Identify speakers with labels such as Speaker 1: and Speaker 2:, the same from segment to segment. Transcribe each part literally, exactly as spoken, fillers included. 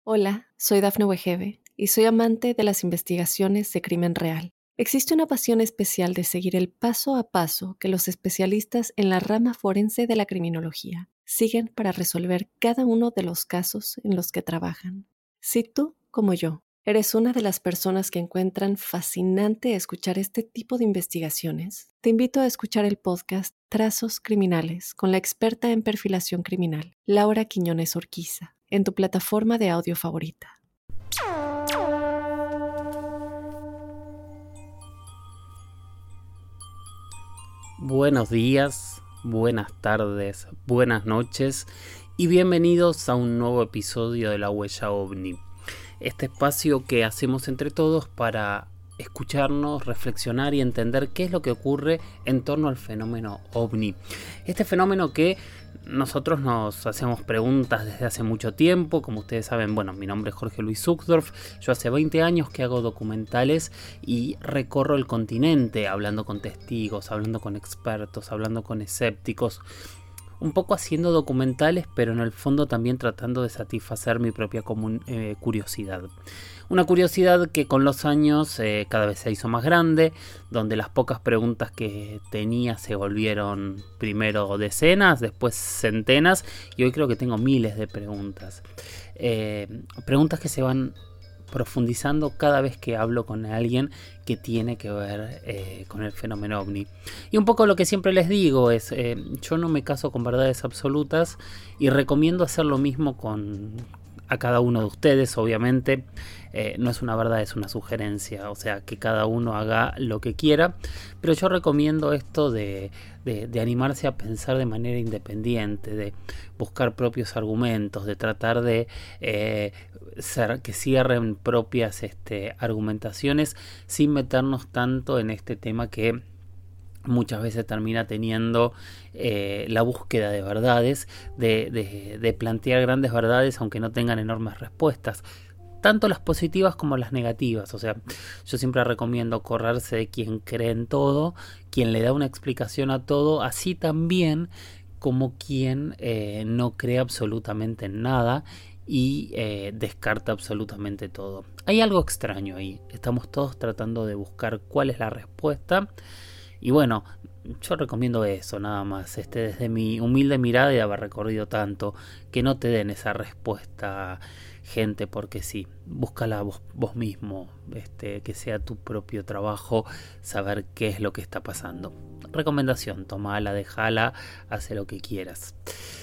Speaker 1: Hola, soy Dafne Wegebe y soy amante de las investigaciones de crimen real. Existe una pasión especial de seguir el paso a paso que los especialistas en la rama forense de la criminología siguen para resolver cada uno de los casos en los que trabajan. Si tú, como yo, eres una de las personas que encuentran fascinante escuchar este tipo de investigaciones, te invito a escuchar el podcast Trazos Criminales con la experta en perfilación criminal, Laura Quiñones Orquiza, en tu plataforma de audio favorita.
Speaker 2: Buenos días, buenas tardes, buenas noches y bienvenidos a un nuevo episodio de La Huella OVNI. Este espacio que hacemos entre todos para escucharnos, reflexionar y entender qué es lo que ocurre en torno al fenómeno OVNI. Este fenómeno que nosotros nos hacemos preguntas desde hace mucho tiempo. Como ustedes saben, bueno, mi nombre es Jorge Luis Zuckdorf. Yo hace veinte años que hago documentales y recorro el continente hablando con testigos, hablando con expertos, hablando con escépticos. Un poco haciendo documentales, pero en el fondo también tratando de satisfacer mi propia comun- eh, curiosidad. Una curiosidad que con los años eh, cada vez se hizo más grande, donde las pocas preguntas que tenía se volvieron primero decenas, después centenas, y hoy creo que tengo miles de preguntas. Eh, preguntas que se van profundizando cada vez que hablo con alguien que tiene que ver eh, con el fenómeno OVNI. Y un poco lo que siempre les digo es, eh, yo no me caso con verdades absolutas y recomiendo hacer lo mismo con a cada uno de ustedes, obviamente. Eh, no es una verdad, es una sugerencia, o sea, que cada uno haga lo que quiera, pero yo recomiendo esto de, de, de animarse a pensar de manera independiente, de buscar propios argumentos, de tratar de eh, ser, que cierren propias este, argumentaciones sin meternos tanto en este tema que muchas veces termina teniendo eh, la búsqueda de verdades, de, de, de plantear grandes verdades aunque no tengan enormes respuestas, tanto las positivas como las negativas. O sea, yo siempre recomiendo correrse de quien cree en todo, quien le da una explicación a todo, así también como quien eh, no cree absolutamente en nada y eh, descarta absolutamente todo. Hay algo extraño ahí, estamos todos tratando de buscar cuál es la respuesta. Y bueno, yo recomiendo eso nada más, este, desde mi humilde mirada y de haber recorrido tanto, que no te den esa respuesta, gente, porque sí, búscala vos, vos mismo, este, que sea tu propio trabajo saber qué es lo que está pasando. Recomendación, tomala, dejala, hace lo que quieras.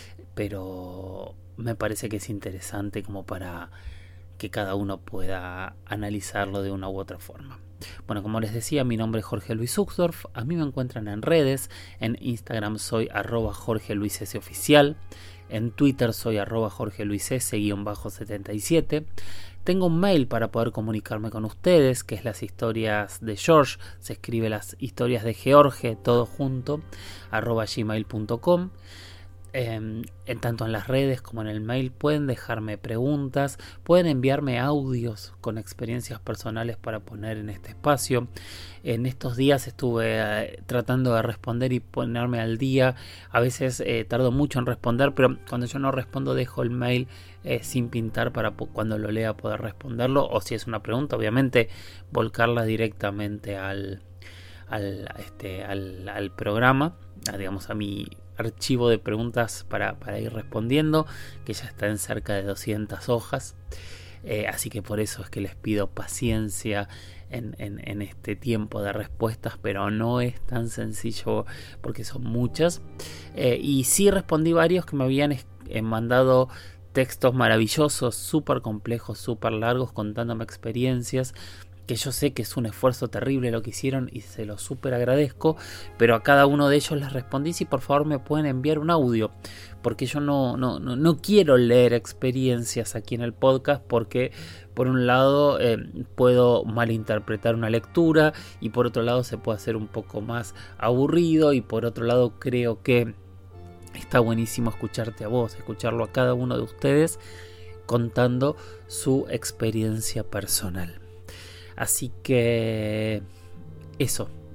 Speaker 2: Pero me parece que es interesante como para que cada uno pueda analizarlo de una u otra forma. Bueno, como les decía, mi nombre es Jorge Luis Zuckdorf. A mí me encuentran en redes. En Instagram soy arroba Jorge Luis S oficial. En Twitter soy arroba Jorge Luis S setenta y siete. Tengo un mail para poder comunicarme con ustedes, que es las historias de George. Se escribe las historias de George, todo junto, arroba gmail punto com. Eh, en tanto en las redes como en el mail pueden dejarme preguntas, pueden enviarme audios con experiencias personales para poner en este espacio. En estos días estuve eh, tratando de responder y ponerme al día. A veces eh, tardo mucho en responder, pero cuando yo no respondo dejo el mail eh, sin pintar para po- cuando lo lea poder responderlo, o si es una pregunta obviamente volcarla directamente al, al, este, al, al programa, a, digamos a mi archivo de preguntas para, para ir respondiendo, que ya está en cerca de doscientas hojas. Eh, así que por eso es que les pido paciencia en, en, en este tiempo de respuestas, pero no es tan sencillo porque son muchas. Eh, y sí respondí varios que me habían eh, mandado textos maravillosos, súper complejos, súper largos, contándome experiencias, que yo sé que es un esfuerzo terrible lo que hicieron y se lo súper agradezco, pero a cada uno de ellos les respondí si por favor me pueden enviar un audio, porque yo no, no, no, no quiero leer experiencias aquí en el podcast, porque por un lado eh, puedo malinterpretar una lectura y por otro lado se puede hacer un poco más aburrido, y por otro lado creo que está buenísimo escucharte a vos, escucharlo a cada uno de ustedes contando su experiencia personal. Así que eso,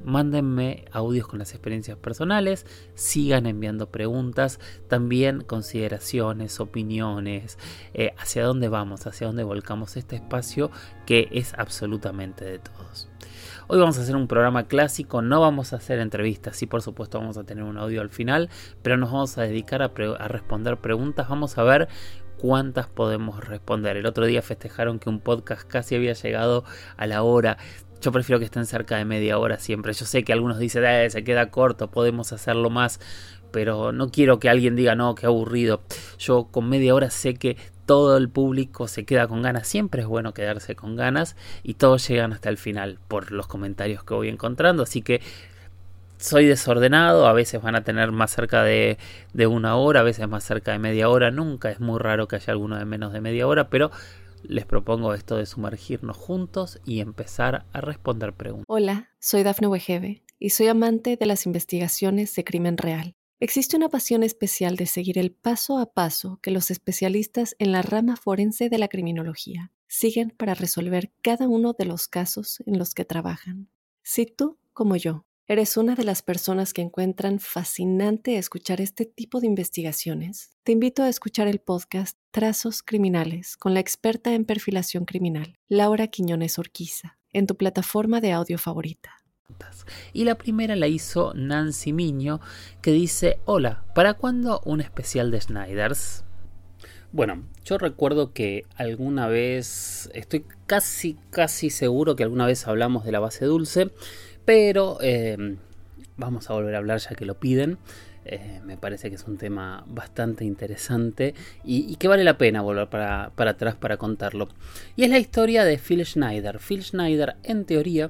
Speaker 2: mándenme audios con las experiencias personales, sigan enviando preguntas, también consideraciones, opiniones, eh, hacia dónde vamos, hacia dónde volcamos este espacio que es absolutamente de todos. Hoy vamos a hacer un programa clásico, no vamos a hacer entrevistas, sí por supuesto vamos a tener un audio al final, pero nos vamos a dedicar a, pre- a responder preguntas, vamos a ver cuántas podemos responder. El otro día festejaron que un podcast casi había llegado a la hora. Yo prefiero que estén cerca de media hora siempre. Yo sé que algunos dicen, eh, se queda corto, podemos hacerlo más, pero no quiero que alguien diga, no, qué aburrido. Yo con media hora sé que todo el público se queda con ganas. Siempre es bueno quedarse con ganas y todos llegan hasta el final por los comentarios que voy encontrando. Así que soy desordenado, a veces van a tener más cerca de, de una hora, a veces más cerca de media hora. Nunca es muy raro que haya alguno de menos de media hora, pero les propongo esto de sumergirnos juntos y empezar a responder preguntas.
Speaker 1: Hola, soy Dafne Wegebe y soy amante de las investigaciones de crimen real. Existe una pasión especial de seguir el paso a paso que los especialistas en la rama forense de la criminología siguen para resolver cada uno de los casos en los que trabajan. Si tú, como yo, ¿eres una de las personas que encuentran fascinante escuchar este tipo de investigaciones? Te invito a escuchar el podcast Trazos Criminales con la experta en perfilación criminal, Laura Quiñones Orquiza, en tu plataforma de audio favorita.
Speaker 2: Y la primera la hizo Nancy Miño, que dice: hola, ¿para cuándo un especial de Schneiders? Bueno, yo recuerdo que alguna vez, estoy casi, casi seguro que alguna vez hablamos de la base dulce, pero eh, vamos a volver a hablar ya que lo piden. Eh, me parece que es un tema bastante interesante y, y que vale la pena volver para, para atrás para contarlo. Y es la historia de Phil Schneider. Phil Schneider, en teoría,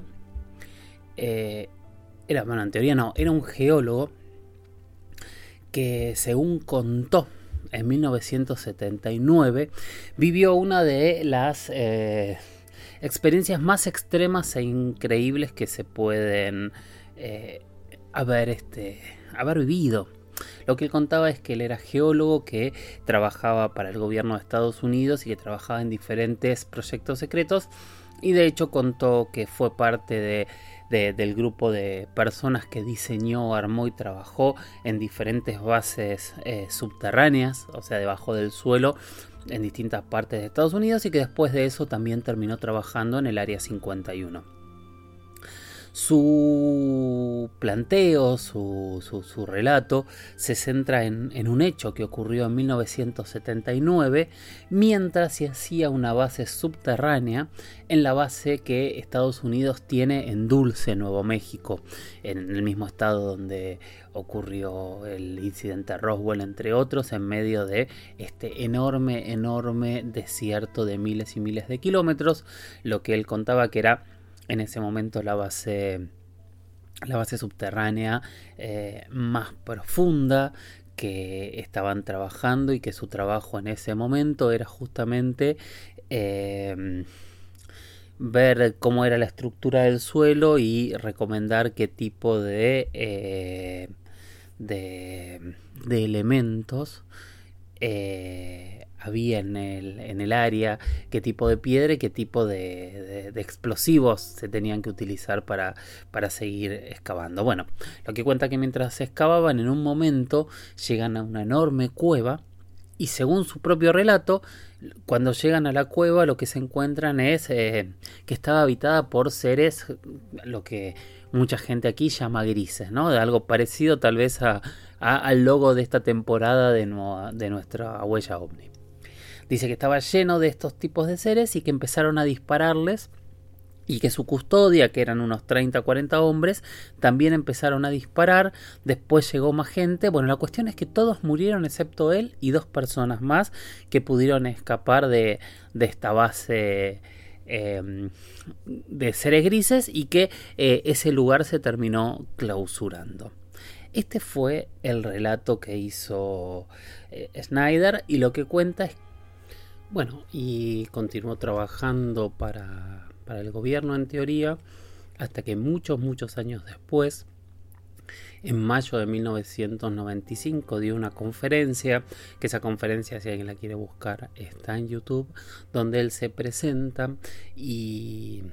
Speaker 2: eh, era, bueno, en teoría no, era un geólogo que, según contó, en mil novecientos setenta y nueve vivió una de las eh, experiencias más extremas e increíbles que se pueden eh, haber, este, haber vivido. Lo que él contaba es que él era geólogo que trabajaba para el gobierno de Estados Unidos y que trabajaba en diferentes proyectos secretos, y de hecho contó que fue parte de, de, del grupo de personas que diseñó, armó y trabajó en diferentes bases eh, subterráneas, o sea, debajo del suelo, en distintas partes de Estados Unidos, y que después de eso también terminó trabajando en el Área cincuenta y uno. Su planteo, su, su, su relato se centra en, en un hecho que ocurrió en mil novecientos setenta y nueve mientras se hacía una base subterránea en la base que Estados Unidos tiene en Dulce, Nuevo México, en el mismo estado donde ocurrió el incidente Roswell, entre otros, en medio de este enorme, enorme desierto de miles y miles de kilómetros. Lo que él contaba que era en ese momento la base, la base subterránea eh, más profunda que estaban trabajando, y que su trabajo en ese momento era justamente eh, ver cómo era la estructura del suelo y recomendar qué tipo de, eh, de, de elementos eh, había en el, en el área, qué tipo de piedra y qué tipo de, de, de explosivos se tenían que utilizar para, para seguir excavando. Bueno, lo que cuenta que mientras se excavaban, en un momento llegan a una enorme cueva, y según su propio relato, cuando llegan a la cueva lo que se encuentran es eh, que estaba habitada por seres, lo que mucha gente aquí llama grises, ¿no? De algo parecido tal vez a, a, al logo de esta temporada de, no, de nuestra huella ovni. Dice que estaba lleno de estos tipos de seres y que empezaron a dispararles, y que su custodia, que eran unos treinta o cuarenta hombres, también empezaron a disparar. Después llegó más gente. Bueno, la cuestión es que todos murieron excepto él y dos personas más que pudieron escapar de, de esta base eh, de seres grises, y que eh, ese lugar se terminó clausurando. Este fue el relato que hizo eh, Schneider, y lo que cuenta es, bueno, y continuó trabajando para, para el gobierno en teoría, hasta que muchos, muchos años después, en mayo de mil novecientos noventa y cinco, dio una conferencia, que esa conferencia, si alguien la quiere buscar, está en YouTube, donde él se presenta y,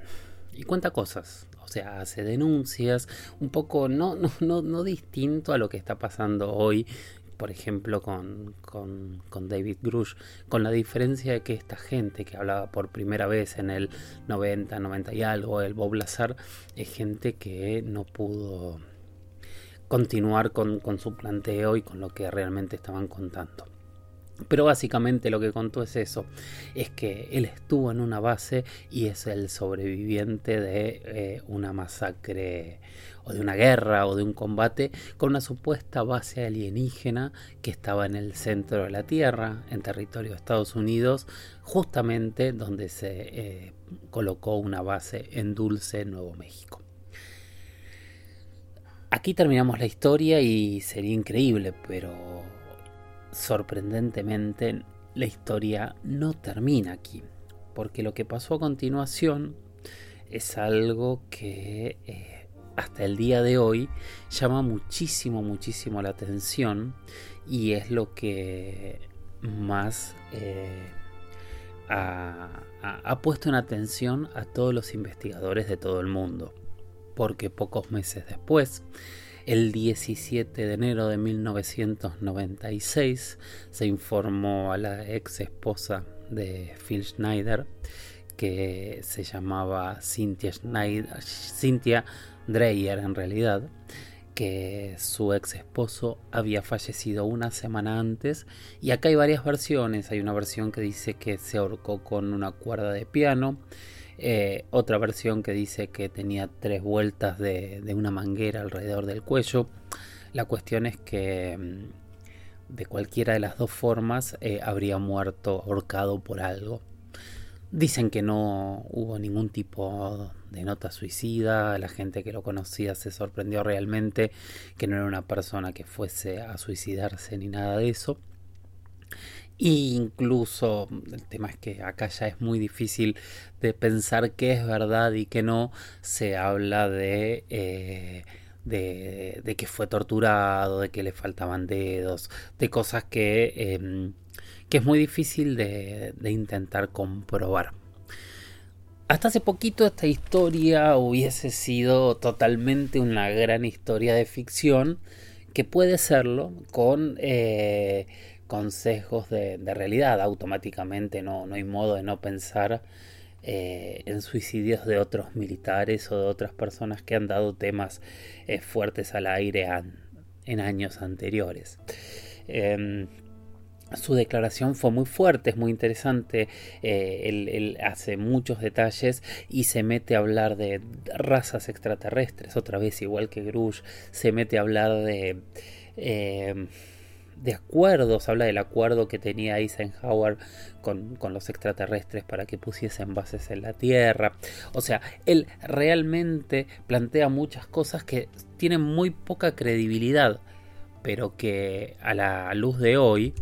Speaker 2: y cuenta cosas. O sea, hace denuncias, un poco no, no, no, no distinto a lo que está pasando hoy, por ejemplo, con, con, con David Grush, con la diferencia de que esta gente que hablaba por primera vez en el noventa, noventa y algo, el Bob Lazar, es gente que no pudo continuar con, con su planteo y con lo que realmente estaban contando. Pero básicamente lo que contó es eso, es que él estuvo en una base y es el sobreviviente de eh, una masacre o de una guerra o de un combate con una supuesta base alienígena que estaba en el centro de la Tierra, en territorio de Estados Unidos, justamente donde se eh, colocó una base en Dulce, Nuevo México. Aquí terminamos la historia y sería increíble, pero sorprendentemente la historia no termina aquí, porque lo que pasó a continuación es algo que eh, hasta el día de hoy llama muchísimo, muchísimo la atención y es lo que más eh, ha, ha, ha puesto en atención a todos los investigadores de todo el mundo, porque pocos meses después, el diecisiete de enero de mil novecientos noventa y seis, se informó a la ex esposa de Phil Schneider, que se llamaba Cynthia, Schneider, Cynthia Dreyer en realidad, que su ex esposo había fallecido una semana antes. Y acá hay varias versiones. Hay una versión que dice que se ahorcó con una cuerda de piano. Eh, otra versión que dice que tenía tres vueltas de, de una manguera alrededor del cuello. La cuestión es que de cualquiera de las dos formas eh, habría muerto ahorcado por algo. Dicen que no hubo ningún tipo de nota suicida. La gente que lo conocía se sorprendió realmente que no era una persona que fuese a suicidarse ni nada de eso. E incluso el tema es que acá ya es muy difícil de pensar qué es verdad y qué no. Se habla de, eh, de, de que fue torturado, de que le faltaban dedos, de cosas que, eh, que es muy difícil de, de intentar comprobar. Hasta hace poquito esta historia hubiese sido totalmente una gran historia de ficción, que puede serlo con... Eh, consejos de, de realidad. Automáticamente no, no hay modo de no pensar eh, en suicidios de otros militares o de otras personas que han dado temas eh, fuertes al aire an, en años anteriores. Eh, Su declaración fue muy fuerte, es muy interesante. Eh, él, él hace muchos detalles y se mete a hablar de razas extraterrestres. Otra vez, igual que Grush, se mete a hablar de... Eh, de acuerdos, habla del acuerdo que tenía Eisenhower con, con los extraterrestres para que pusiesen bases en la Tierra. O sea, él realmente plantea muchas cosas que tienen muy poca credibilidad, pero que a la luz de hoy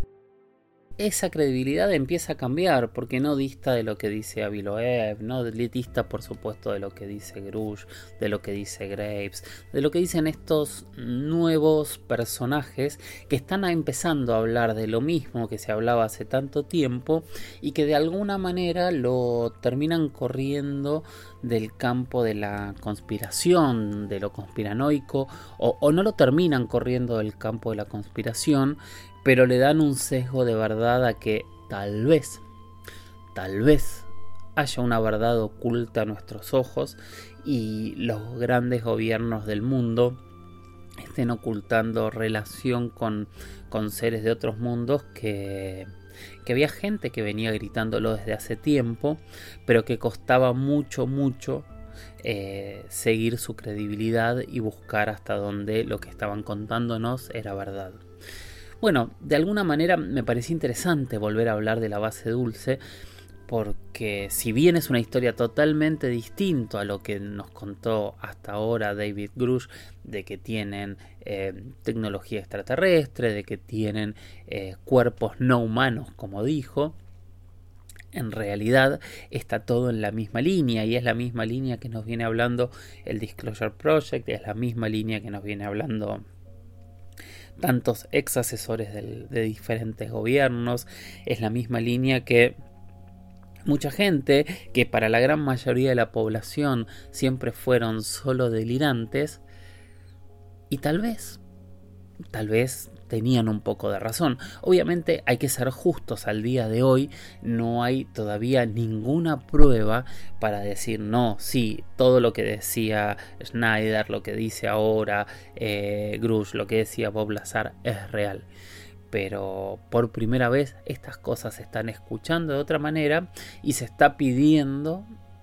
Speaker 2: esa credibilidad empieza a cambiar, porque no dista de lo que dice Avi Loeb, no dista por supuesto de lo que dice Grush, de lo que dice Graves, de lo que dicen estos nuevos personajes que están empezando a hablar de lo mismo que se hablaba hace tanto tiempo y que de alguna manera lo terminan corriendo del campo de la conspiración, de lo conspiranoico, o, o no lo terminan corriendo del campo de la conspiración, pero le dan un sesgo de verdad a que tal vez, tal vez haya una verdad oculta a nuestros ojos y los grandes gobiernos del mundo estén ocultando relación con, con seres de otros mundos que, que había gente que venía gritándolo desde hace tiempo, pero que costaba mucho, mucho eh, seguir su credibilidad y buscar hasta dónde lo que estaban contándonos era verdad. Bueno, de alguna manera me parecía interesante volver a hablar de la base Dulce, porque si bien es una historia totalmente distinta a lo que nos contó hasta ahora David Grush, de que tienen eh, tecnología extraterrestre, de que tienen eh, cuerpos no humanos, como dijo, en realidad está todo en la misma línea, y es la misma línea que nos viene hablando el Disclosure Project, es la misma línea que nos viene hablando tantos ex asesores del, de diferentes gobiernos, es la misma línea que mucha gente que para la gran mayoría de la población siempre fueron solo delirantes, y tal vez, tal vez tenían un poco de razón. Obviamente hay que ser justos, al día de hoy no hay todavía ninguna prueba para decir no, sí, todo lo que decía Schneider, lo que dice ahora eh, Grusch, lo que decía Bob Lazar es real. Pero por primera vez estas cosas se están escuchando de otra manera y se está pidiendo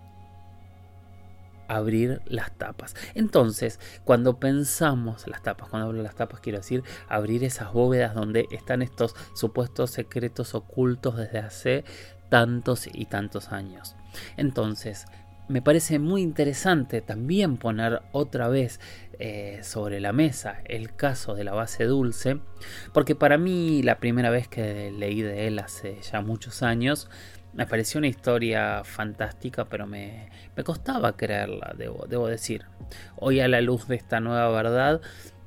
Speaker 2: abrir las tapas. Entonces, cuando pensamos las tapas, cuando hablo de las tapas quiero decir abrir esas bóvedas donde están estos supuestos secretos ocultos desde hace tantos y tantos años. Entonces, me parece muy interesante también poner otra vez eh, sobre la mesa el caso de la base dulce, porque para mí la primera vez que leí de él hace ya muchos años me pareció una historia fantástica, pero me, me costaba creerla, debo, debo decir. Hoy, a la luz de esta nueva verdad,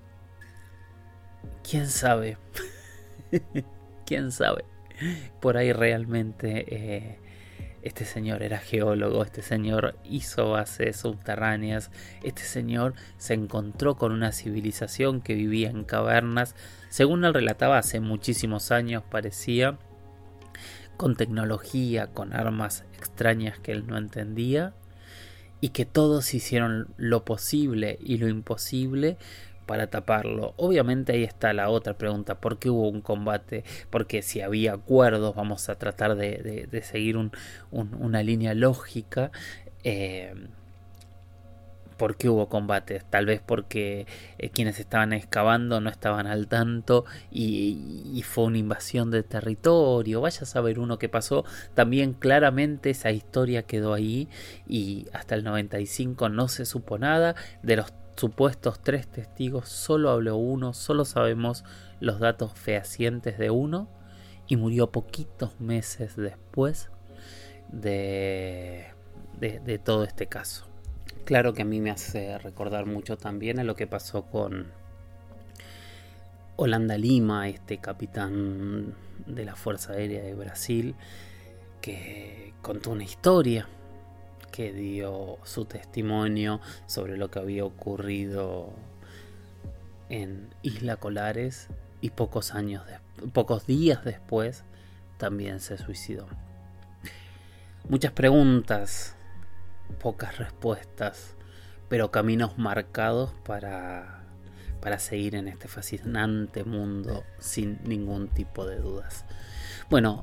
Speaker 2: ¿quién sabe? ¿Quién sabe? Por ahí realmente eh, este señor era geólogo, este señor hizo bases subterráneas, este señor se encontró con una civilización que vivía en cavernas, según él relataba hace muchísimos años parecía, con tecnología, con armas extrañas que él no entendía, y que todos hicieron lo posible y lo imposible para taparlo. Obviamente ahí está la otra pregunta: ¿por qué hubo un combate? Porque si había acuerdos, vamos a tratar de, de, de seguir un, un, una línea lógica. Eh, ¿Por qué hubo combates? Tal vez porque eh, quienes estaban excavando no estaban al tanto y, y fue una invasión de territorio. Vaya a saber uno qué pasó. También claramente esa historia quedó ahí y hasta el noventa y cinco no se supo nada. De los supuestos tres testigos solo habló uno, solo sabemos los datos fehacientes de uno, y murió poquitos meses después de, de, de todo este caso. Claro que a mí me hace recordar mucho también a lo que pasó con Holanda Lima, este capitán de la Fuerza Aérea de Brasil, que contó una historia, que dio su testimonio sobre lo que había ocurrido en Isla Colares, y pocos años de, pocos días después también se suicidó. Muchas preguntas, pocas respuestas, pero caminos marcados para, para seguir en este fascinante mundo sin ningún tipo de dudas. Bueno,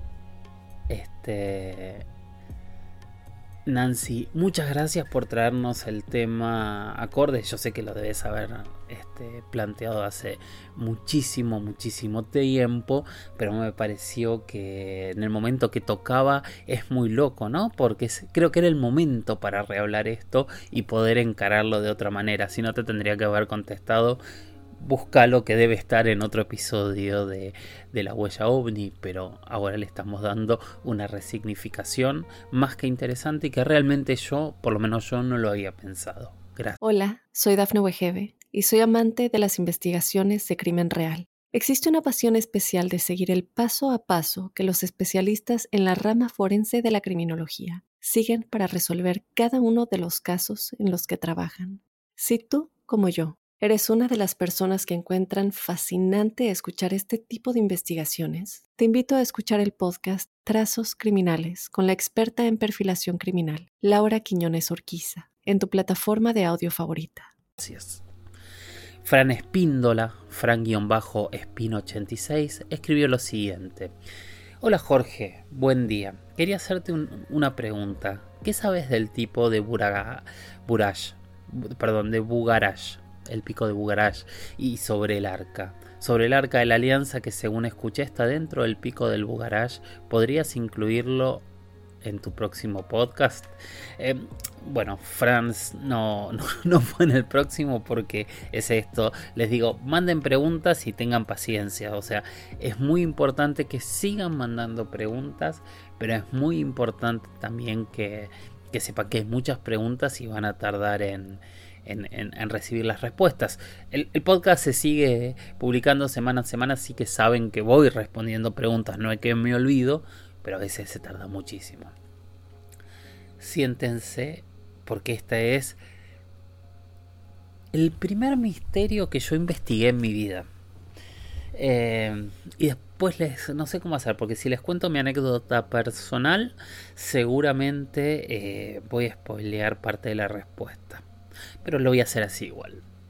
Speaker 2: este Nancy, muchas gracias por traernos el tema acorde. Yo sé que lo debes haber este, planteado hace muchísimo, muchísimo tiempo, pero me pareció que en el momento que tocaba es muy loco, ¿no? Porque es, creo que era el momento para rehablar esto y poder encararlo de otra manera. Si no, te tendría que haber contestado: busca lo que debe estar en otro episodio de, de La Huella OVNI, pero ahora le estamos dando una resignificación más que interesante y que realmente yo, por lo menos yo, no lo había pensado. Gracias.
Speaker 1: Hola, soy Dafne Wegebe y soy amante de las investigaciones de crimen real. Existe una pasión especial de seguir el paso a paso que los especialistas en la rama forense de la criminología siguen para resolver cada uno de los casos en los que trabajan. Si tú, como yo, ¿eres una de las personas que encuentran fascinante escuchar este tipo de investigaciones? Te invito a escuchar el podcast Trazos Criminales con la experta en perfilación criminal, Laura Quiñones Orquiza, en tu plataforma de audio favorita.
Speaker 2: Gracias. Fran Espíndola, Fran-Espino ochenta y seis, escribió lo siguiente: hola Jorge, buen día. Quería hacerte un, una pregunta. ¿Qué sabes del tipo de Buraga, Burash, perdón, de Bugarash? El pico de Bugarash, y sobre el arca. Sobre el arca de la alianza, que según escuché está dentro del pico del Bugarash. ¿Podrías incluirlo en tu próximo podcast? Eh, bueno, Franz no, no, no fue en el próximo porque es esto. Les digo, manden preguntas y tengan paciencia. O sea, es muy importante que sigan mandando preguntas, pero es muy importante también que, que sepan que hay muchas preguntas y van a tardar en... En, en, en recibir las respuestas. El, el podcast se sigue publicando semana a semana, así que saben que voy respondiendo preguntas. No es que me olvido, pero a veces se tarda muchísimo. siéntense, porque este es el primer misterio que yo investigué en mi vida. Eh, y después les no sé cómo hacer, porque si les cuento mi anécdota personal, seguramente eh, voy a spoilear parte de la respuesta. Pero lo voy a hacer así igual.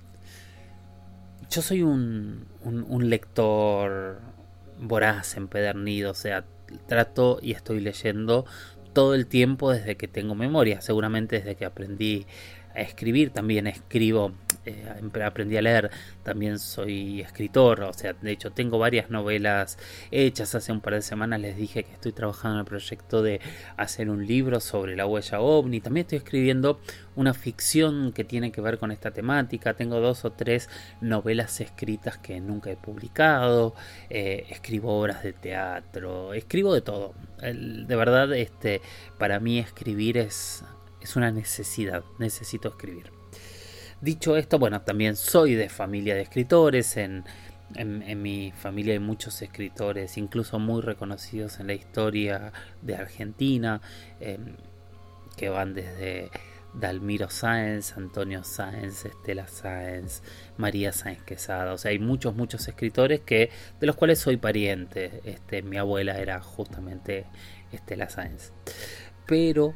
Speaker 2: Yo soy un, un, un lector voraz, empedernido, o sea, trato y estoy leyendo todo el tiempo desde que tengo memoria, seguramente desde que aprendí a escribir, también escribo, eh, aprendí a leer, también soy escritor, o sea, de hecho tengo varias novelas hechas. Hace un par de semanas les dije que estoy trabajando en el proyecto de hacer un libro sobre la huella ovni, también estoy escribiendo una ficción que tiene que ver con esta temática, tengo dos o tres novelas escritas que nunca he publicado, eh, escribo obras de teatro, escribo de todo. El, de verdad, este, para mí escribir es, es una necesidad, necesito escribir. Dicho esto, bueno, también soy de familia de escritores, en, en, en mi familia hay muchos escritores, incluso muy reconocidos en la historia de Argentina, eh, que van desde Dalmiro Sáenz, Antonio Sáenz, Estela Sáenz, María Sáenz Quesada. O sea, hay muchos, muchos escritores que, de los cuales soy pariente. Este, mi abuela era justamente Estela Sáenz. Pero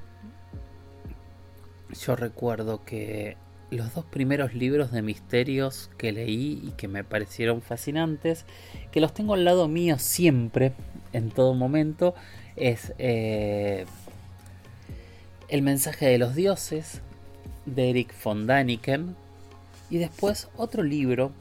Speaker 2: yo recuerdo que los dos primeros libros de misterios que leí y que me parecieron fascinantes, que los tengo al lado mío siempre, en todo momento, es eh, El mensaje de los dioses, de Eric von Däniken, y después otro libro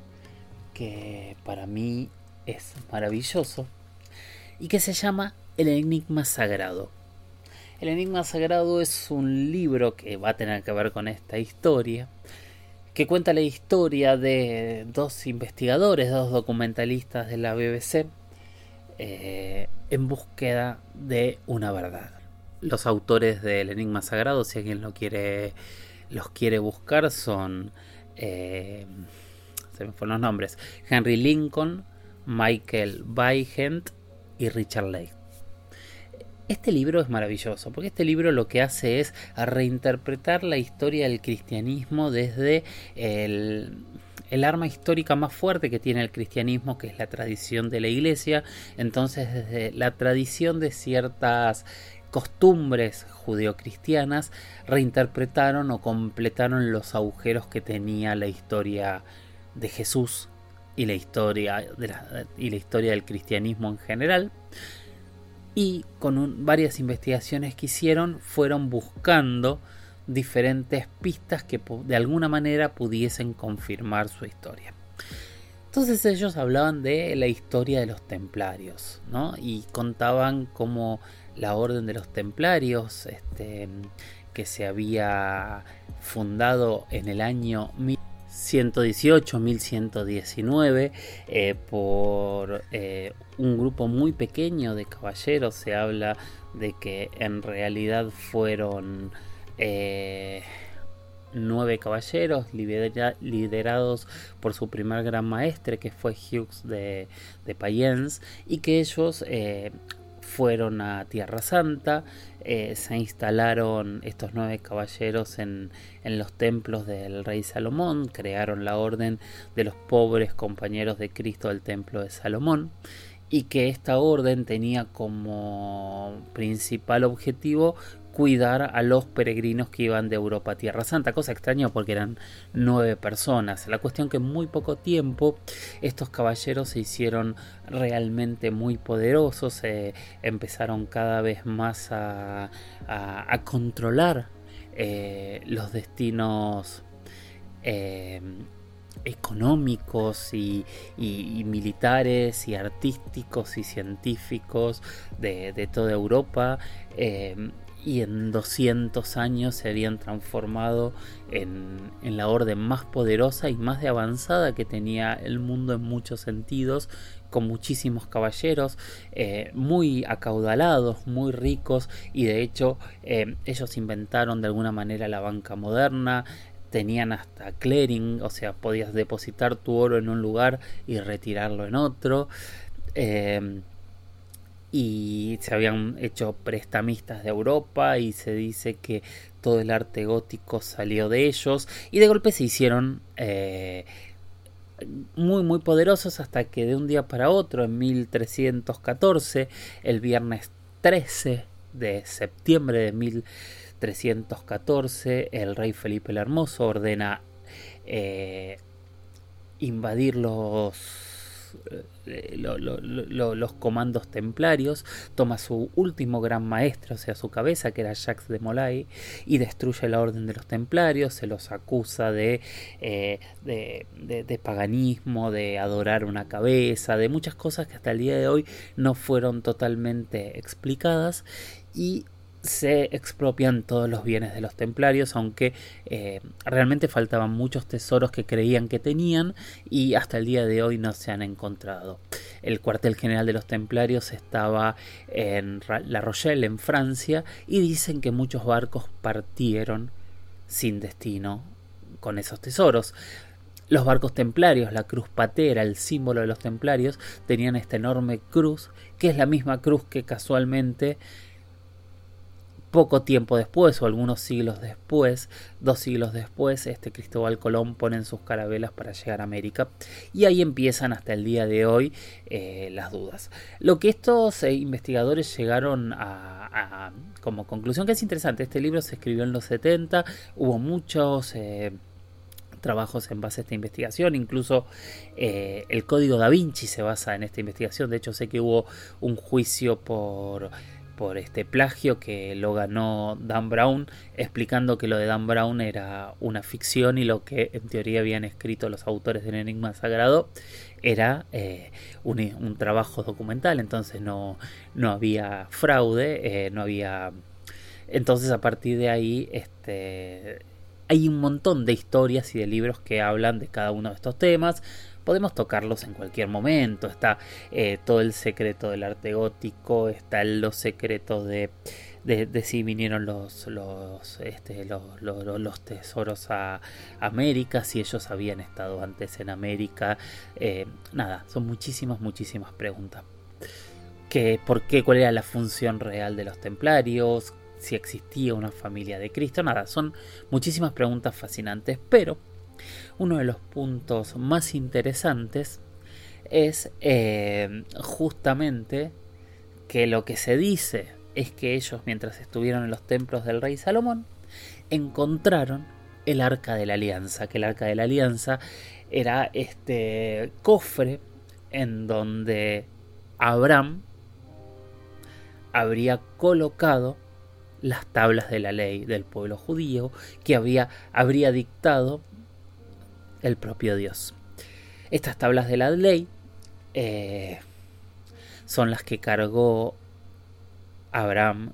Speaker 2: que para mí es maravilloso y que se llama El enigma sagrado. El enigma sagrado es un libro que va a tener que ver con esta historia, que cuenta la historia de dos investigadores, dos documentalistas de la B B C, eh, en búsqueda de una verdad. Los autores del enigma sagrado, si alguien lo quiere, los quiere buscar, son eh, se me fueron los nombres: Henry Lincoln, Michael Weigand y Richard Leigh. Este libro es maravilloso, porque este libro lo que hace es reinterpretar la historia del cristianismo desde el, el arma histórica más fuerte que tiene el cristianismo, que es la tradición de la iglesia. Entonces, desde la tradición de ciertas costumbres judeocristianas, reinterpretaron o completaron los agujeros que tenía la historia de Jesús y la historia, de la, y la historia del cristianismo en general. Y con un, varias investigaciones que hicieron, fueron buscando diferentes pistas que de alguna manera pudiesen confirmar su historia. Entonces ellos hablaban de la historia de los templarios, ¿no? Y contaban cómo la orden de los templarios, este, que se había fundado en el año mil ciento dieciocho, mil ciento diecinueve, eh, por eh, un grupo muy pequeño de caballeros. Se habla de que en realidad fueron eh, nueve caballeros lidera, liderados por su primer gran maestre, que fue Hughes de, de Payens, y que ellos eh, fueron a Tierra Santa. Eh, se instalaron estos nueve caballeros en, en los templos del rey Salomón, crearon la orden de los pobres compañeros de Cristo del templo de Salomón, y que esta orden tenía como principal objetivo cuidar a los peregrinos que iban de Europa a Tierra Santa, cosa extraña porque eran nueve personas. La cuestión que en muy poco tiempo estos caballeros se hicieron realmente muy poderosos, eh, empezaron cada vez más a, a, a controlar eh, los destinos eh, económicos y, y, y militares y artísticos y científicos de, de toda Europa, eh, y en doscientos años se habían transformado en, en la orden más poderosa y más de avanzada que tenía el mundo en muchos sentidos, con muchísimos caballeros, eh, muy acaudalados, muy ricos, y de hecho eh, ellos inventaron de alguna manera la banca moderna. Tenían hasta clearing, o sea, podías depositar tu oro en un lugar y retirarlo en otro. Eh, y se habían hecho prestamistas de Europa y se dice que todo el arte gótico salió de ellos y de golpe se hicieron eh, muy muy poderosos hasta que de un día para otro, en mil trescientos catorce, el viernes trece de septiembre de mil trescientos catorce, el rey Felipe el Hermoso ordena eh, invadir los Lo, lo, lo, los comandos templarios, toma su último gran maestro, o sea, su cabeza, que era Jacques de Molay, y destruye la orden de los templarios, se los acusa de, eh, de, de, de paganismo, de adorar una cabeza, de muchas cosas que hasta el día de hoy no fueron totalmente explicadas, y se expropian todos los bienes de los templarios, aunque eh, realmente faltaban muchos tesoros que creían que tenían y hasta el día de hoy no se han encontrado. El cuartel general de los templarios estaba en La Rochelle, en Francia, y dicen que muchos barcos partieron sin destino con esos tesoros. Los barcos templarios, la cruz patera, el símbolo de los templarios, tenían esta enorme cruz, que es la misma cruz que casualmente poco tiempo después, o algunos siglos después, dos siglos después, este Cristóbal Colón pone en sus carabelas para llegar a América, y ahí empiezan hasta el día de hoy eh, las dudas. Lo que estos eh, investigadores llegaron a, a como conclusión, que es interesante, este libro se escribió en los setenta, hubo muchos eh, trabajos en base a esta investigación, incluso eh, el Código Da Vinci se basa en esta investigación. De hecho, sé que hubo un juicio por por este plagio que lo ganó Dan Brown, explicando que lo de Dan Brown era una ficción y lo que en teoría habían escrito los autores del Enigma Sagrado era eh, un, un trabajo documental, entonces no, no había fraude, eh, no había... Entonces a partir de ahí este, hay un montón de historias y de libros que hablan de cada uno de estos temas. Podemos tocarlos en cualquier momento. Está eh, todo el secreto del arte gótico, están los secretos de, de, de si vinieron los, los, este, los, los, los tesoros a América, si ellos habían estado antes en América. Eh, nada, son muchísimas, muchísimas preguntas. ¿Qué, ¿Por qué? ¿Cuál era la función real de los templarios? ¿Si existía una familia de Cristo? Nada, son muchísimas preguntas fascinantes, pero uno de los puntos más interesantes es eh, justamente que lo que se dice es que ellos, mientras estuvieron en los templos del rey Salomón, encontraron el Arca de la Alianza, que el Arca de la Alianza era este cofre en donde Abraham habría colocado las tablas de la ley del pueblo judío que había, habría dictado el propio Dios. Estas tablas de la ley eh, son las que cargó Abraham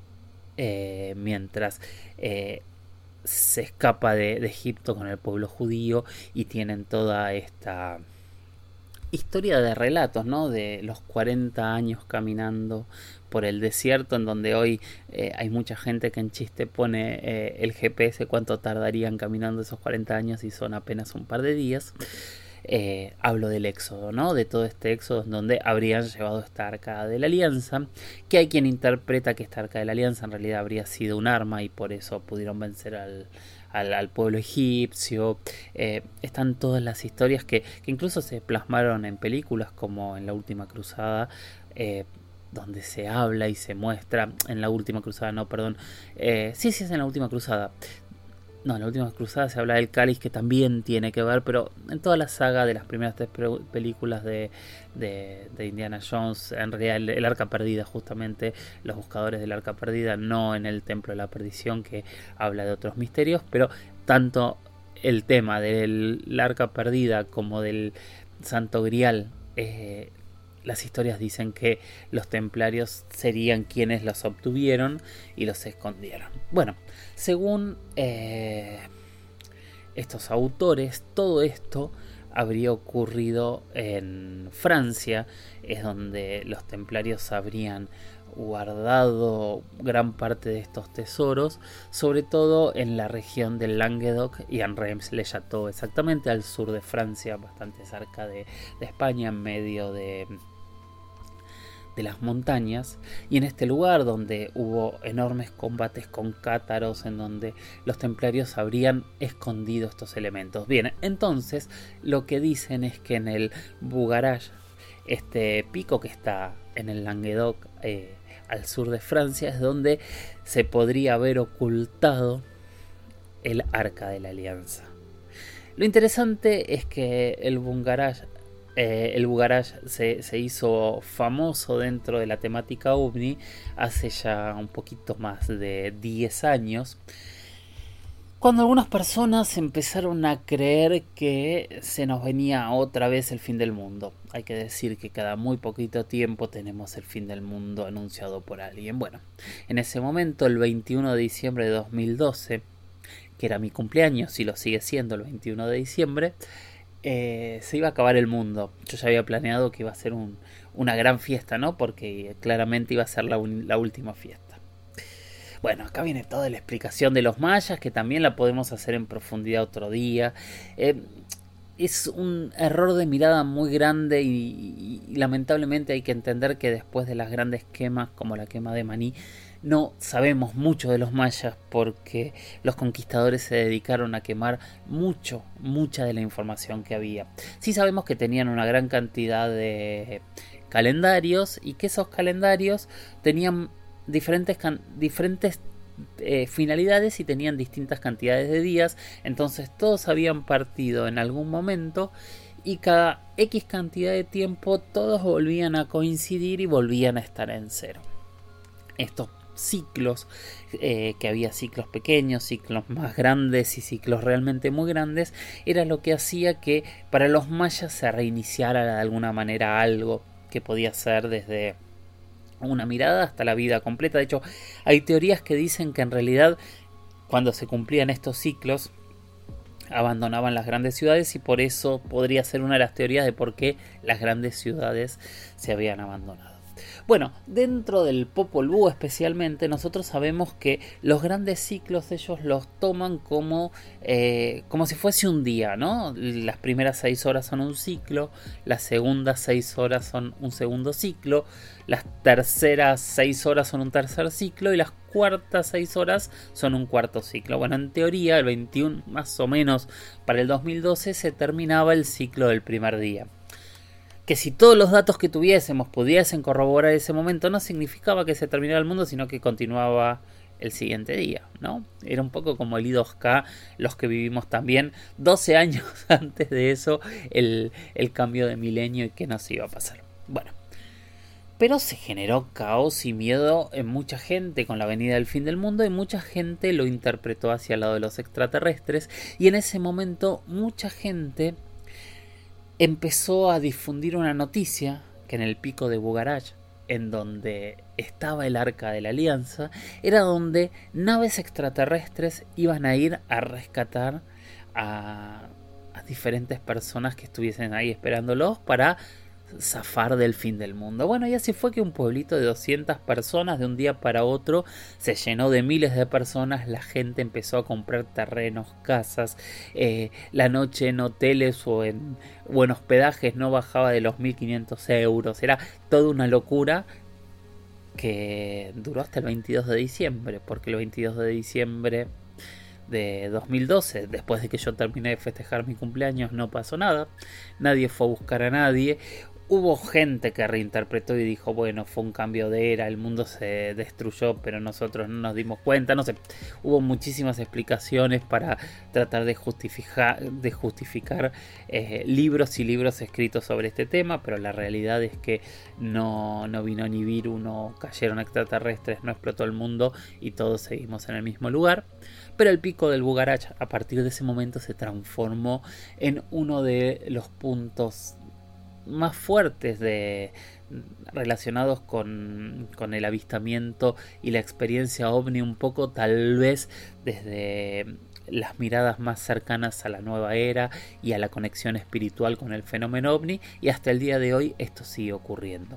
Speaker 2: eh, mientras eh, se escapa de, de Egipto con el pueblo judío, y tienen toda esta historia de relatos, ¿no? De los cuarenta años caminando por el desierto, en donde hoy eh, hay mucha gente que en chiste pone eh, el G P S cuánto tardarían caminando esos cuarenta años y son apenas un par de días. Eh, hablo del éxodo, ¿no? De todo este éxodo en donde habrían llevado esta Arca de la Alianza, que hay quien interpreta que esta Arca de la Alianza en realidad habría sido un arma y por eso pudieron vencer al Al, al pueblo egipcio. Eh, están todas las historias que, que incluso se plasmaron en películas como en La Última Cruzada, eh, donde se habla y se muestra. En La Última Cruzada, no, perdón. Eh, sí, sí, es en La Última Cruzada. No, en La Última Cruzada se habla del cáliz, que también tiene que ver, pero en toda la saga de las primeras tres películas de, de, de Indiana Jones, en realidad el, el Arca Perdida, justamente, los buscadores del Arca Perdida, no en el Templo de la Perdición, que habla de otros misterios, pero tanto el tema del Arca Perdida como del Santo Grial, eh, las historias dicen que los templarios serían quienes los obtuvieron y los escondieron. Bueno, según eh, estos autores, todo esto habría ocurrido en Francia, es donde los templarios habrían guardado gran parte de estos tesoros, sobre todo en la región del Languedoc y en Reims-le-Château, exactamente al sur de Francia, bastante cerca de, de España, en medio de de las montañas, y en este lugar donde hubo enormes combates con cátaros, en donde los templarios habrían escondido estos elementos. Bien, entonces lo que dicen es que en el Bugarach, este pico que está en el Languedoc, eh, al sur de Francia, es donde se podría haber ocultado el Arca de la Alianza. Lo interesante es que el Bugarach Eh, el Bugarach se, se hizo famoso dentro de la temática ovni hace ya un poquito más de diez años, cuando algunas personas empezaron a creer que se nos venía otra vez el fin del mundo. Hay que decir que cada muy poquito tiempo tenemos el fin del mundo anunciado por alguien. Bueno, en ese momento, el veintiuno de diciembre de dos mil doce, que era mi cumpleaños y lo sigue siendo el veintiuno de diciembre, Eh, se iba a acabar el mundo. Yo ya había planeado que iba a ser un, una gran fiesta, ¿no? Porque claramente iba a ser la, un, la última fiesta. Bueno, acá viene toda la explicación de los mayas, que también la podemos hacer en profundidad otro día. Eh, es un error de mirada muy grande y, y, y lamentablemente hay que entender que después de las grandes quemas, como la quema de Maní, no sabemos mucho de los mayas, porque los conquistadores se dedicaron a quemar mucho, mucha de la información que había. Sí sabemos que tenían una gran cantidad de calendarios y que esos calendarios tenían diferentes, diferentes eh, finalidades y tenían distintas cantidades de días. Entonces todos habían partido en algún momento y cada X cantidad de tiempo todos volvían a coincidir y volvían a estar en cero. Estos ciclos, eh, que había ciclos pequeños, ciclos más grandes y ciclos realmente muy grandes, era lo que hacía que para los mayas se reiniciara de alguna manera algo que podía ser desde una mirada hasta la vida completa. De hecho, hay teorías que dicen que en realidad cuando se cumplían estos ciclos abandonaban las grandes ciudades, y por eso podría ser una de las teorías de por qué las grandes ciudades se habían abandonado. Bueno, dentro del Popol Vuh especialmente, nosotros sabemos que los grandes ciclos ellos los toman como, eh, como si fuese un día, ¿no? Las primeras seis horas son un ciclo, las segundas seis horas son un segundo ciclo, las terceras seis horas son un tercer ciclo y las cuartas seis horas son un cuarto ciclo. Bueno, en teoría, el veintiuno más o menos para el dos mil doce se terminaba el ciclo del primer día. Que si todos los datos que tuviésemos pudiesen corroborar ese momento, no significaba que se terminara el mundo, sino que continuaba el siguiente día, ¿no? Era un poco como el I dos K, los que vivimos también doce años antes de eso, el, el cambio de milenio y qué nos iba a pasar. Bueno, pero se generó caos y miedo en mucha gente con la venida del fin del mundo, y mucha gente lo interpretó hacia el lado de los extraterrestres, y en ese momento mucha gente empezó a difundir una noticia que en el pico de Bugarach, en donde estaba el Arca de la Alianza, era donde naves extraterrestres iban a ir a rescatar a, a diferentes personas que estuviesen ahí esperándolos para zafar del fin del mundo. Bueno, y así fue que un pueblito de doscientas personas de un día para otro se llenó de miles de personas. La gente empezó a comprar terrenos, casas, eh, la noche en hoteles o en, o en hospedajes no bajaba de los mil quinientos euros. Era toda una locura que duró hasta el veintidós de diciembre, porque el veintidós de diciembre de dos mil doce, después de que yo terminé de festejar mi cumpleaños, no pasó nada, nadie fue a buscar a nadie. Hubo gente que reinterpretó y dijo, bueno, fue un cambio de era, el mundo se destruyó, pero nosotros no nos dimos cuenta. No sé, hubo muchísimas explicaciones para tratar de justificar, de justificar eh, libros y libros escritos sobre este tema, pero la realidad es que no, no vino ni virus, no cayeron extraterrestres, no explotó el mundo y todos seguimos en el mismo lugar. Pero el pico del Bugarach a partir de ese momento se transformó en uno de los puntos más fuertes de, relacionados con, con el avistamiento y la experiencia ovni, un poco tal vez desde las miradas más cercanas a la nueva era y a la conexión espiritual con el fenómeno ovni, y hasta el día de hoy esto sigue ocurriendo.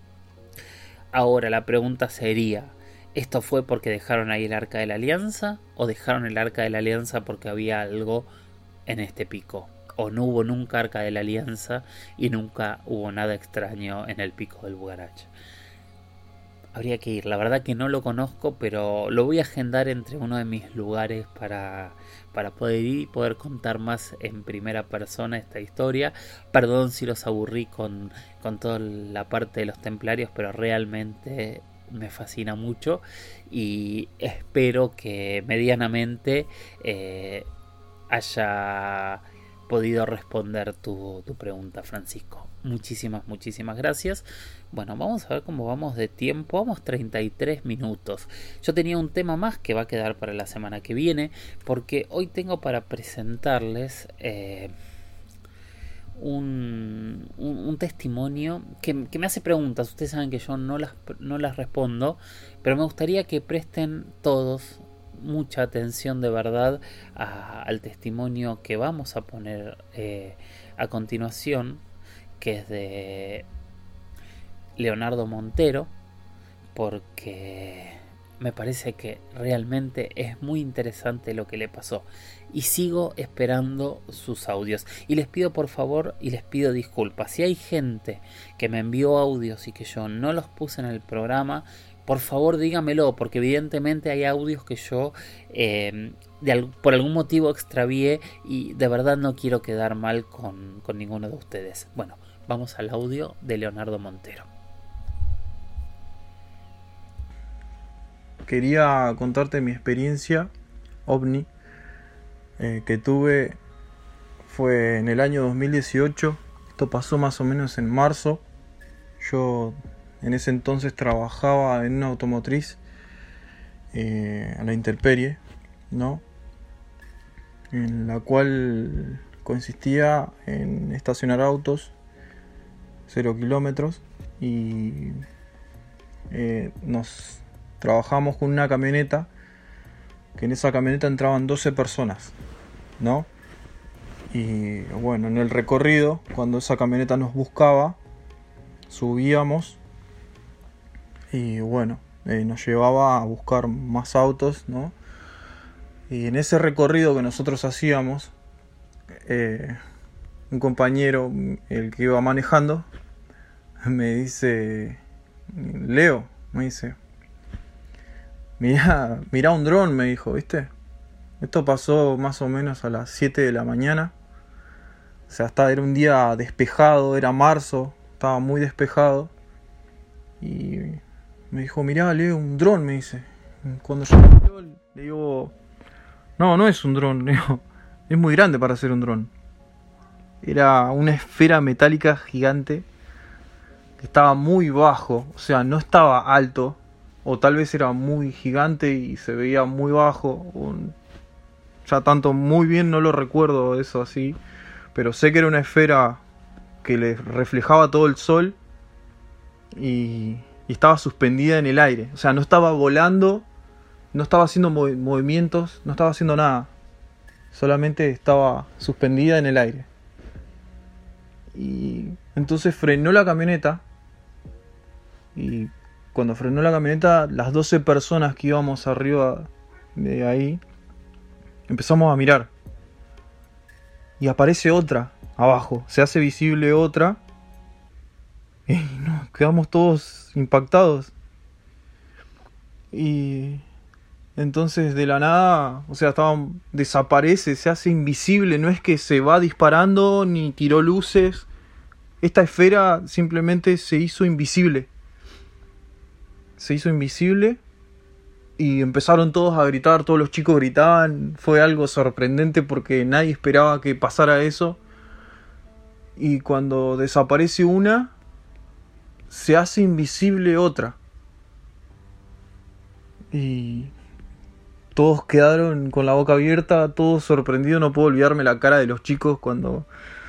Speaker 2: Ahora la pregunta sería, ¿esto fue porque dejaron ahí el Arca de la Alianza o dejaron el Arca de la Alianza porque había algo en este pico? ¿O no hubo nunca Arca de la Alianza y nunca hubo nada extraño en el pico del Bugarach? habría que ir. La verdad que no lo conozco, pero lo voy a agendar entre uno de mis lugares para, para poder ir y poder contar más en primera persona esta historia. Perdón si los aburrí con, con toda la parte de los templarios, pero realmente me fascina mucho y espero que medianamente eh, haya podido responder tu, tu pregunta, Francisco. Muchísimas, muchísimas gracias. Bueno, vamos a ver cómo vamos de tiempo. Vamos treinta y tres minutos. Yo tenía un tema más que va a quedar para la semana que viene, porque hoy tengo para presentarles eh, un, un, un testimonio que, que me hace preguntas. Ustedes saben que yo no las, no las respondo, pero me gustaría que presten todos mucha atención de verdad a, al testimonio que vamos a poner eh, a continuación, que es de Leonardo Montero, porque me parece que realmente es muy interesante lo que le pasó y sigo esperando sus audios y les pido por favor y les pido disculpas si hay gente que me envió audios y que yo no los puse en el programa. Por favor dígamelo, porque evidentemente hay audios que yo eh, de al, por algún motivo extravié y de verdad no quiero quedar mal con, con ninguno de ustedes. Bueno, vamos al audio de Leonardo Montero.
Speaker 3: Quería contarte mi experiencia ovni eh, que tuve. Fue en el año dos mil dieciocho. Esto pasó más o menos en marzo. Yo en ese entonces trabajaba en una automotriz eh, a la intemperie, ¿no? En la cual consistía en estacionar autos cero kilómetros y eh, nos trabajamos con una camioneta, que en esa camioneta entraban doce personas, ¿no? Y bueno, en el recorrido, cuando esa camioneta nos buscaba, subíamos y bueno, eh, nos llevaba a buscar más autos, ¿no? Y en ese recorrido que nosotros hacíamos, eh, un compañero, el que iba manejando, me dice, Leo, me dice, mirá, mirá un dron, me dijo, ¿viste? Esto pasó más o menos a las siete de la mañana. O sea, hasta era un día despejado, era marzo, estaba muy despejado. Y me dijo, mirá, Leo, un dron, me dice. Cuando yo le digo, no, no es un dron, le digo, es muy grande para ser un dron. Era una esfera metálica gigante que estaba muy bajo, o sea, no estaba alto, o tal vez era muy gigante y se veía muy bajo. Un... Ya tanto muy bien no lo recuerdo eso así, pero sé que era una esfera que le reflejaba todo el sol y, y estaba suspendida en el aire. O sea, no estaba volando, no estaba haciendo mov- movimientos, no estaba haciendo nada. Solamente estaba suspendida en el aire. Y entonces frenó la camioneta. Y cuando frenó la camioneta, las doce personas que íbamos arriba de ahí, empezamos a mirar. Y aparece otra abajo. Se hace visible otra. Y nos quedamos todos impactados. Y entonces de la nada, o sea, estaba, desaparece, se hace invisible. No es que se va disparando ni tiró luces. Esta esfera simplemente se hizo invisible. Se hizo invisible. Y empezaron todos a gritar, todos los chicos gritaban. Fue algo sorprendente porque nadie esperaba que pasara eso. Y cuando desaparece una, se hace invisible otra. Y todos quedaron con la boca abierta, todos sorprendidos. No puedo olvidarme la cara de los chicos cuando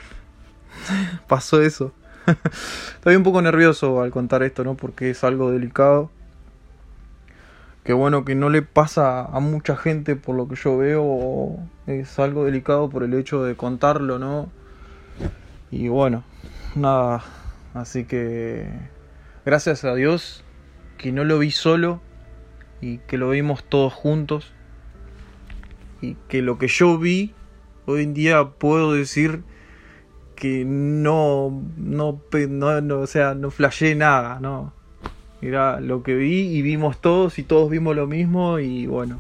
Speaker 3: pasó eso. Estoy un poco nervioso al contar esto, ¿no? Porque es algo delicado. Que bueno, que no le pasa a mucha gente por lo que yo veo. Es algo delicado por el hecho de contarlo, ¿no? Y bueno, nada. Así que gracias a Dios que no lo vi solo y que lo vimos todos juntos. Y que lo que yo vi, hoy en día puedo decir que no, no, no, no o sea, no flasheé nada, ¿no? Era lo que vi y vimos todos y todos vimos lo mismo y bueno.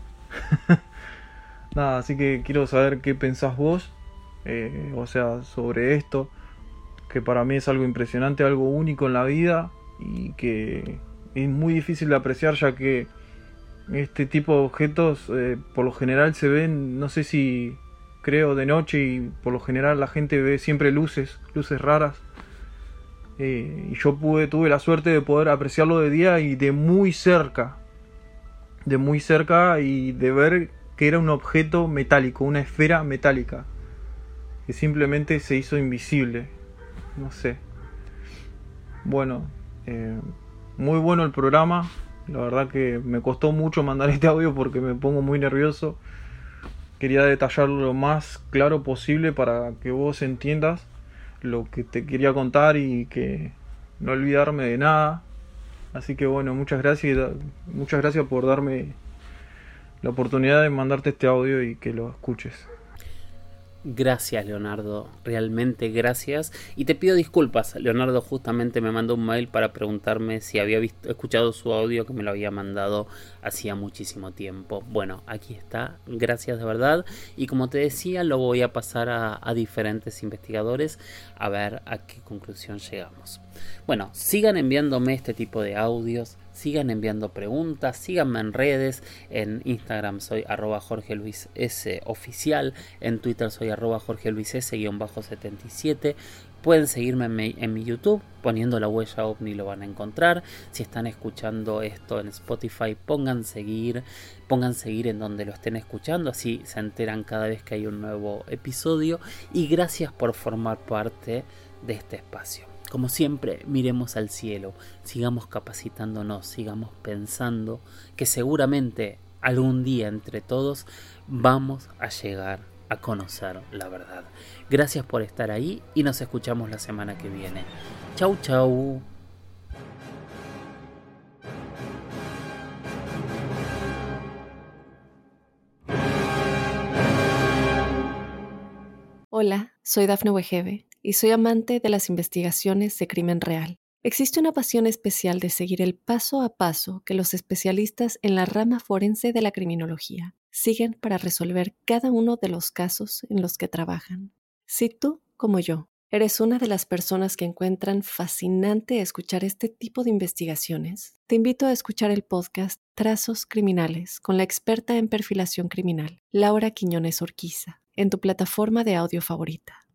Speaker 3: Nada, así que quiero saber qué pensás vos, eh, o sea, sobre esto, que para mí es algo impresionante, algo único en la vida y que es muy difícil de apreciar, ya que este tipo de objetos eh, por lo general se ven, no sé si creo, de noche, y por lo general la gente ve siempre luces, luces raras. Eh, y yo pude, tuve la suerte de poder apreciarlo de día y de muy cerca, de muy cerca y de ver que era un objeto metálico, una esfera metálica, que simplemente se hizo invisible, no sé. Bueno, eh, muy bueno el programa, la verdad que me costó mucho mandar este audio porque me pongo muy nervioso. Quería detallarlo lo más claro posible para que vos entiendas lo que te quería contar y que no olvidarme de nada. Así que bueno, muchas gracias, muchas gracias por darme la oportunidad de mandarte este audio y que lo escuches.
Speaker 2: Gracias, Leonardo, realmente gracias. Y te pido disculpas, Leonardo justamente me mandó un mail para preguntarme si había visto, escuchado su audio, que me lo había mandado hacía muchísimo tiempo. Bueno, aquí está, gracias de verdad. Y como te decía, lo voy a pasar a, a diferentes investigadores a ver a qué conclusión llegamos. Bueno, sigan enviándome este tipo de audios. Sigan enviando preguntas, síganme en redes, en Instagram soy arroba Jorge Luis S oficial, en Twitter soy arroba Jorge Luis S setenta y siete. Pueden seguirme en mi, en mi YouTube, poniendo la huella ovni lo van a encontrar. Si están escuchando esto en Spotify, pongan seguir, pongan seguir en donde lo estén escuchando, así se enteran cada vez que hay un nuevo episodio. Y gracias por formar parte de este espacio. Como siempre, miremos al cielo, sigamos capacitándonos, sigamos pensando que seguramente algún día entre todos vamos a llegar a conocer la verdad. Gracias por estar ahí y nos escuchamos la semana que viene. Chau, chau.
Speaker 1: Hola, soy Dafne Wegebe y soy amante de las investigaciones de crimen real. Existe una pasión especial de seguir el paso a paso que los especialistas en la rama forense de la criminología siguen para resolver cada uno de los casos en los que trabajan. Si tú, como yo, eres una de las personas que encuentran fascinante escuchar este tipo de investigaciones, te invito a escuchar el podcast Trazos Criminales con la experta en perfilación criminal, Laura Quiñones Orquiza, en tu plataforma de audio favorita.